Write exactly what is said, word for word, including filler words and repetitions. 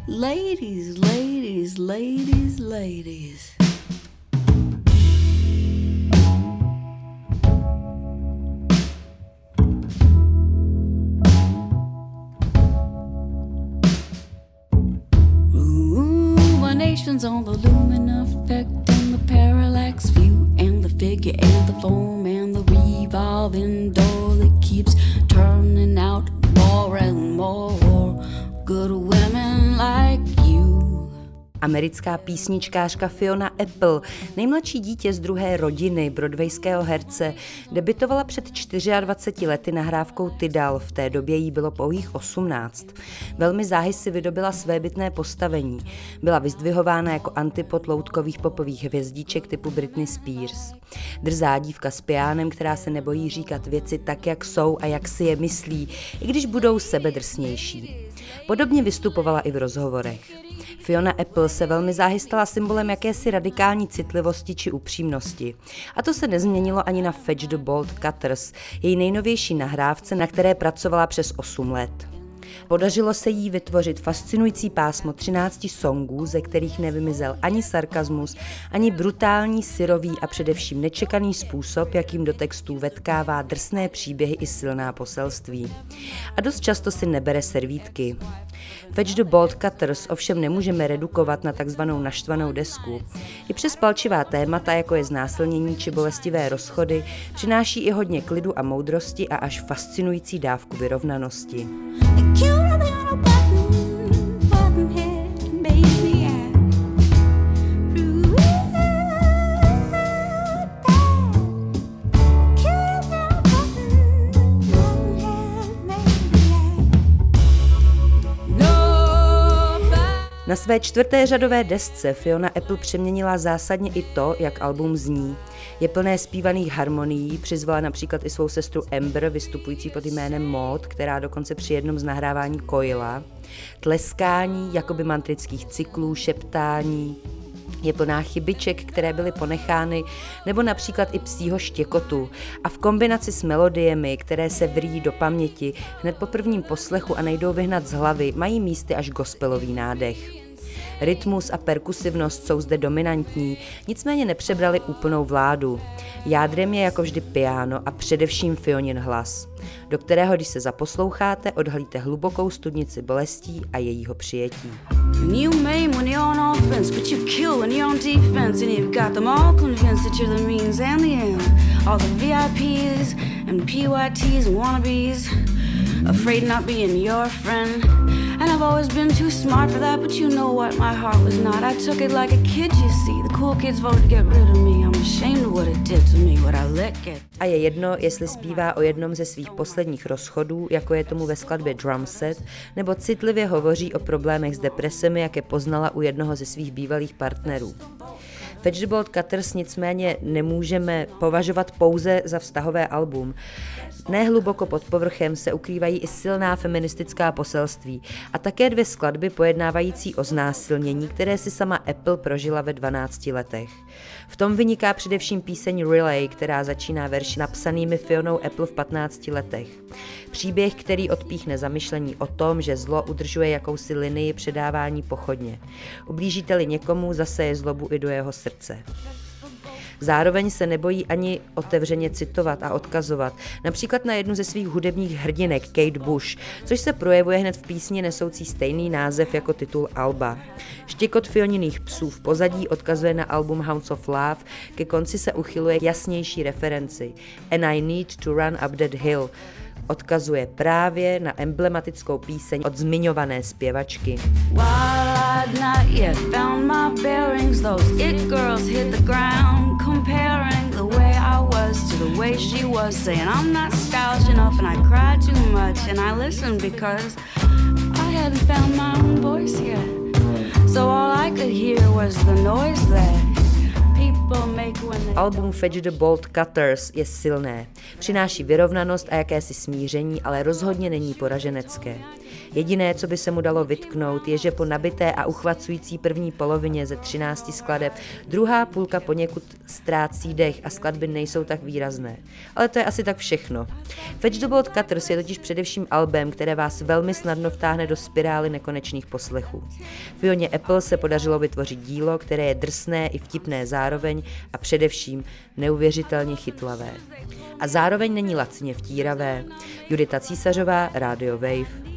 Ladies, ladies, ladies, ladies. Ruminations on the lumen effect and the parallax view and the figure and the foam and the revolving door that keeps turning out more and more good women like you. Americká písničkářka Fiona Apple, nejmladší dítě z druhé rodiny broadwayského herce, debitovala před dvaceti čtyřmi lety nahrávkou Tidal, v té době jí bylo pouhých osmnáct. Velmi záhy si vydobila svébytné postavení. Byla vyzdvihována jako antipod loutkových popových hvězdiček typu Britney Spears. Drzá dívka s piánem, která se nebojí říkat věci tak, jak jsou a jak si je myslí, i když budou sebedrsnější. Podobně vystupovala i v rozhovorech. Fiona Apple se velmi záhy stala symbolem jakési radikální citlivosti či upřímnosti. A to se nezměnilo ani na Fetch the Bolt Cutters, její nejnovější nahrávce, na které pracovala přes osm let. Podařilo se jí vytvořit fascinující pásmo třinácti songů, ze kterých nevymizel ani sarkazmus, ani brutální, syrový a především nečekaný způsob, jakým do textů vetkává drsné příběhy i silná poselství. A dost často si nebere servítky. Fetch the Bolt Cutters ovšem nemůžeme redukovat na takzvanou naštvanou desku. I přes palčivá témata, jako je znásilnění či bolestivé rozchody, přináší i hodně klidu a moudrosti a až fascinující dávku vyrovnanosti. Na své čtvrté řadové desce Fiona Apple přeměnila zásadně i to, jak album zní. Je plné zpívaných harmonií, přizvala například i svou sestru Amber, vystupující pod jménem Maud, která dokonce při jednom z nahrávání kojila. Tleskání, jakoby mantrických cyklů, šeptání. Je plná chybiček, které byly ponechány, nebo například i psího štěkotu. A v kombinaci s melodiemi, které se vrýjí do paměti, hned po prvním poslechu a nejdou vyhnat z hlavy, mají místy až gospelový nádech. Rytmus a perkusivnost jsou zde dominantní, nicméně nepřebrali úplnou vládu. Jádrem je jako vždy piano a především Fionin hlas, do kterého, když se zaposloucháte, odhalíte hlubokou studnici bolestí a jejího přijetí. You maim when you're on offense, but you kill when you're on defense, and you've got them all convinced that you're the means and the end. All the V I Ps and P Y Ts and wannabes, afraid not being your friend. And I've always been too smart for that, but you know what, my heart was not. I took it like a kid, you see. The cool kids voted to get rid of me. I'm ashamed of what it did to me, what I let get. A je jedno, jestli zpívá o jednom ze svých posledních rozchodů, jako je tomu ve skladbě Drum Set, nebo citlivě hovoří o problémech s depresemi, jak je poznala u jednoho ze svých bývalých partnerů. Fetch the Bolt Cutters nicméně nemůžeme považovat pouze za vztahové album. Nehluboko pod povrchem se ukrývají i silná feministická poselství a také dvě skladby pojednávající o znásilnění, které si sama Apple prožila ve dvanácti letech. V tom vyniká především píseň Relay, která začíná verši napsanými Fionou Apple v patnácti letech. Příběh, který odpíchne zamyšlení o tom, že zlo udržuje jakousi linii předávání pochodně. Ublížíte-li někomu, zaseje zlobu i do jeho srdce. Zároveň se nebojí ani otevřeně citovat a odkazovat, například na jednu ze svých hudebních hrdinek Kate Bush, což se projevuje hned v písni nesoucí stejný název jako titul alba. Štěkot Fioniných psů v pozadí odkazuje na album Hounds of Love, ke konci se uchyluje jasnější referenci And I Need to Run Up That Hill, odkazuje právě na emblematickou píseň od zmiňované zpěvačky. Album Fetch the Bolt Cutters je silné, přináší vyrovnanost a jakési smíření, ale rozhodně není poraženecké. Jediné, co by se mu dalo vytknout, je, že po nabité a uchvacující první polovině ze třinácti skladeb druhá půlka poněkud ztrácí dech a skladby nejsou tak výrazné. Ale to je asi tak všechno. Fetch the Bolt Cutters je totiž především album, které vás velmi snadno vtáhne do spirály nekonečných poslechů. Fioně Apple se podařilo vytvořit dílo, které je drsné i vtipné zároveň a především neuvěřitelně chytlavé. A zároveň není lacině vtíravé. Judita Císařová, Radio Wave.